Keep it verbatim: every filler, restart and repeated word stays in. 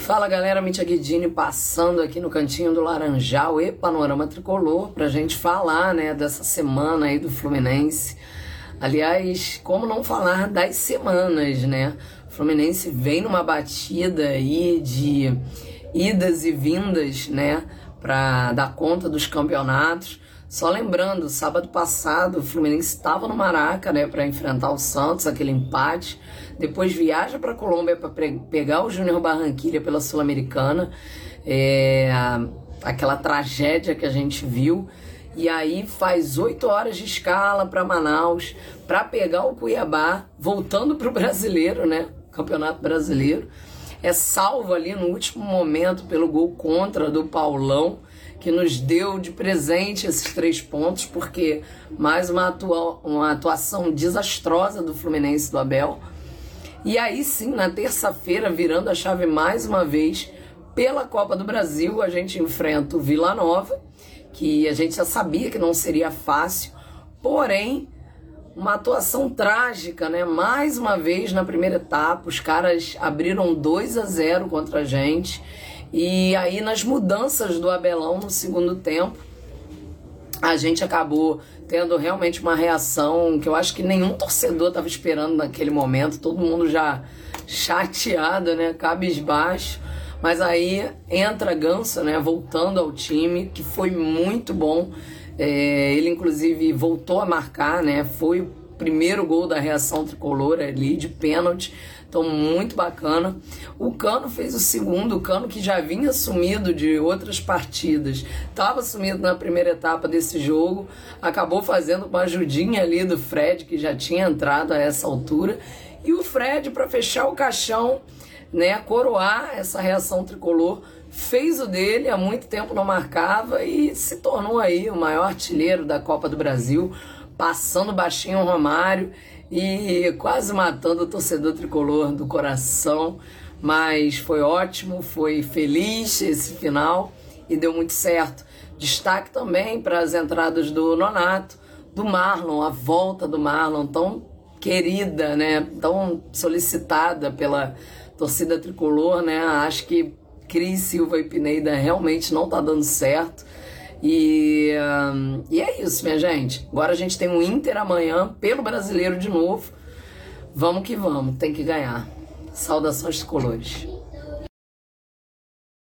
Fala galera, Mítia Guidini passando aqui no cantinho do Laranjal e Panorama Tricolor pra gente falar, né, dessa semana aí do Fluminense. Aliás, como não falar das semanas, né? O Fluminense vem numa batida aí de idas e vindas, né, pra dar conta dos campeonatos. Só lembrando, sábado passado o Fluminense estava no Maraca, né, para enfrentar o Santos, aquele empate. Depois viaja para Colômbia para pegar o Júnior Barranquilla pela Sul-Americana. É, aquela tragédia que a gente viu. E aí faz oito horas de escala para Manaus para pegar o Cuiabá, voltando para o Brasileiro, né, Campeonato Brasileiro. É salvo ali no último momento pelo gol contra do Paulão, que nos deu de presente esses três pontos, porque mais uma, atua uma atuação desastrosa do Fluminense, do Abel. E aí sim, na terça-feira, virando a chave mais uma vez, pela Copa do Brasil, a gente enfrenta o Vila Nova, que a gente já sabia que não seria fácil, porém, uma atuação trágica, né? Mais uma vez na primeira etapa, os caras abriram dois a zero contra a gente. E aí nas mudanças do Abelão no segundo tempo, a gente acabou tendo realmente uma reação que eu acho que nenhum torcedor estava esperando naquele momento. Todo mundo já chateado, né? Cabisbaixo. Mas aí entra Ganso, né? Voltando ao time, que foi muito bom. É, ele inclusive voltou a marcar, né? Foi o primeiro gol da reação tricolor ali de pênalti. Então, muito bacana. O Cano fez o segundo, o Cano que já vinha sumido de outras partidas. Estava sumido na primeira etapa desse jogo, acabou fazendo uma ajudinha ali do Fred, que já tinha entrado a essa altura. E o Fred, para fechar o caixão, né, coroar essa reação tricolor, fez o dele, há muito tempo não marcava e se tornou aí o maior artilheiro da Copa do Brasil, passando baixinho o Romário e quase matando o torcedor tricolor do coração. Mas foi ótimo, foi feliz esse final e deu muito certo. Destaque também para as entradas do Nonato, do Marlon, a volta do Marlon, tão querida, né, tão solicitada pela torcida tricolor, né? Acho que Cris, Silva e Pineda realmente não tá dando certo. E, um, e é isso, minha gente. Agora a gente tem um Inter amanhã pelo Brasileiro de novo. Vamos que vamos, tem que ganhar. Saudações tricolores.